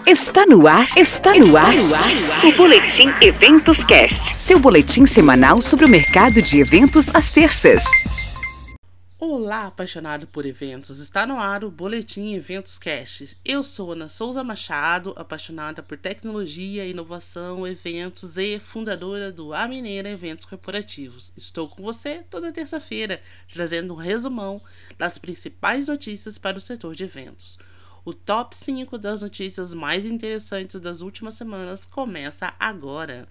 Está no ar, o Boletim Eventos Cast, seu boletim semanal sobre o mercado de eventos às terças. Olá, apaixonado por eventos, está no ar o Boletim Eventos Cast. Eu sou Ana Souza Machado, apaixonada por tecnologia, inovação, eventos e fundadora do A Mineira Eventos Corporativos. Estou com você toda terça-feira, trazendo um resumão das principais notícias para o setor de eventos. O top 5 das notícias mais interessantes das últimas semanas começa agora.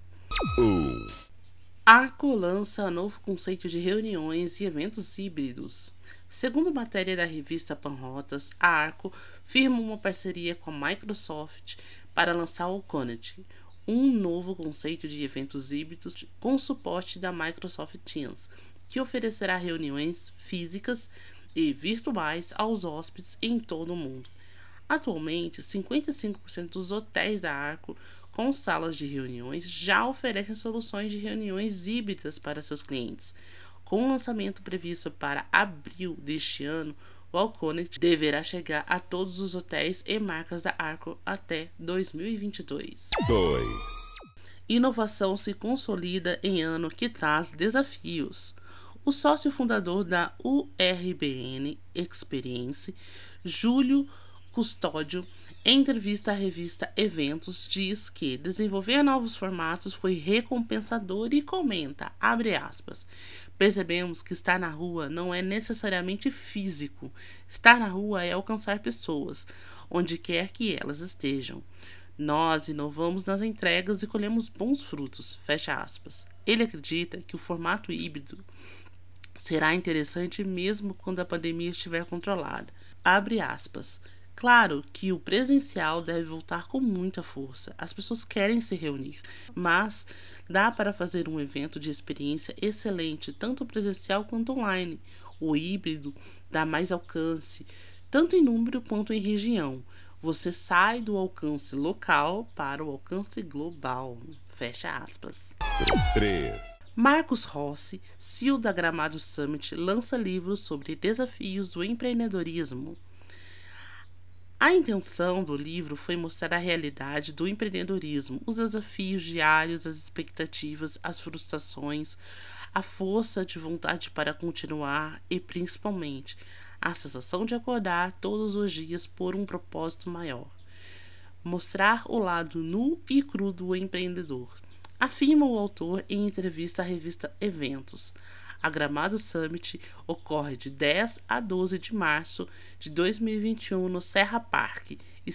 Arco lança novo conceito de reuniões e eventos híbridos. Segundo matéria da revista Panrotas, a Arco firma uma parceria com a Microsoft para lançar o Connect, um novo conceito de eventos híbridos com suporte da Microsoft Teams, que oferecerá reuniões físicas e virtuais aos hóspedes em todo o mundo. Atualmente, 55% dos hotéis da Arco com salas de reuniões já oferecem soluções de reuniões híbridas para seus clientes. Com o lançamento previsto para abril deste ano, o Alconnect deverá chegar a todos os hotéis e marcas da Arco até 2022. Inovação se consolida em ano que traz desafios. O sócio fundador da URBN Experience, Júlio Custódio, em entrevista à revista Eventos, diz que desenvolver novos formatos foi recompensador e comenta, abre aspas, percebemos que estar na rua não é necessariamente físico. Estar na rua é alcançar pessoas, onde quer que elas estejam. Nós inovamos nas entregas e colhemos bons frutos, fecha aspas. Ele acredita que o formato híbrido será interessante mesmo quando a pandemia estiver controlada, abre aspas. Claro que o presencial deve voltar com muita força. As pessoas querem se reunir, mas dá para fazer um evento de experiência excelente, tanto presencial quanto online. O híbrido dá mais alcance, tanto em número quanto em região. Você sai do alcance local para o alcance global. Fecha aspas. 3. Marcos Rossi, CEO da Gramado Summit, lança livros sobre desafios do empreendedorismo. A intenção do livro foi mostrar a realidade do empreendedorismo, os desafios diários, as expectativas, as frustrações, a força de vontade para continuar e, principalmente, a sensação de acordar todos os dias por um propósito maior. Mostrar o lado nu e cru do empreendedor, afirma o autor em entrevista à revista Eventos. A Gramado Summit ocorre de 10 a 12 de março de 2021 no Serra Park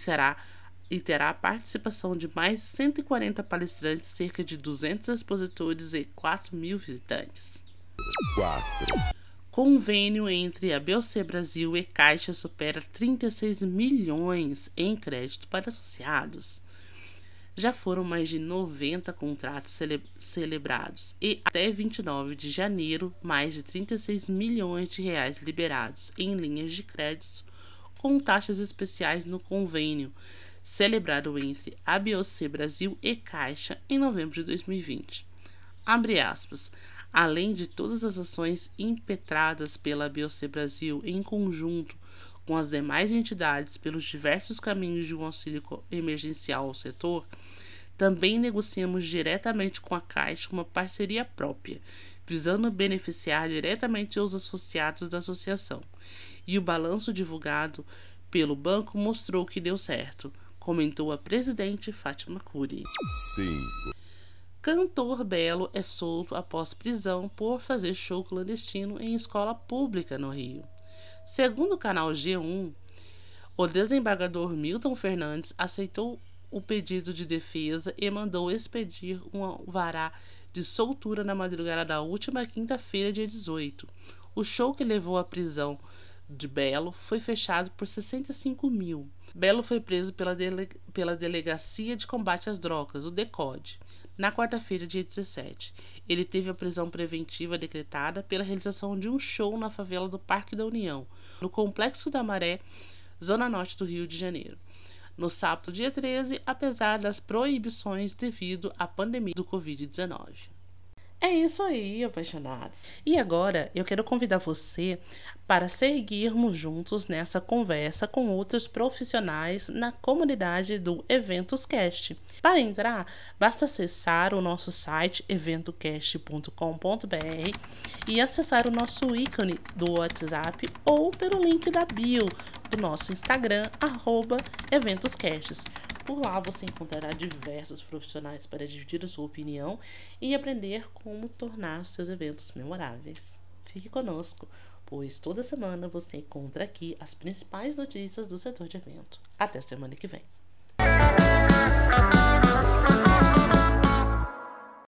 e terá a participação de mais de 140 palestrantes, cerca de 200 expositores e 4.000 visitantes. 4. Convênio entre a BOC Brasil e Caixa supera 36 milhões em crédito para associados. Já foram mais de 90 contratos celebrados e até 29 de janeiro, mais de 36 milhões de reais liberados em linhas de crédito com taxas especiais no convênio celebrado entre a BOC Brasil e Caixa em novembro de 2020. Abre aspas. Além de todas as ações impetradas pela BOC Brasil em conjunto com as demais entidades pelos diversos caminhos de um auxílio emergencial ao setor, também negociamos diretamente com a Caixa uma parceria própria, visando beneficiar diretamente os associados da associação. E o balanço divulgado pelo banco mostrou que deu certo, comentou a presidente Fátima Cury. 5. Cantor Belo é solto após prisão por fazer show clandestino em escola pública no Rio. Segundo o canal G1, o desembargador Milton Fernandes aceitou o pedido de defesa e mandou expedir um alvará de soltura na madrugada da última quinta-feira, dia 18. O show que levou à prisão de Belo foi fechado por 65 mil. Belo foi preso pela Delegacia de Combate às Drogas, o DECOD, na quarta-feira, dia 17. Ele teve a prisão preventiva decretada pela realização de um show na favela do Parque da União, no Complexo da Maré, zona norte do Rio de Janeiro, no sábado, dia 13, apesar das proibições devido à pandemia do Covid-19. É isso aí, apaixonados. E agora eu quero convidar você para seguirmos juntos nessa conversa com outros profissionais na comunidade do EventosCast. Para entrar, basta acessar o nosso site eventocast.com.br e acessar o nosso ícone do WhatsApp ou pelo link da bio do nosso Instagram, @eventoscasts. Por lá você encontrará diversos profissionais para dividir a sua opinião e aprender como tornar os seus eventos memoráveis. Fique conosco, pois toda semana você encontra aqui as principais notícias do setor de evento. Até semana que vem.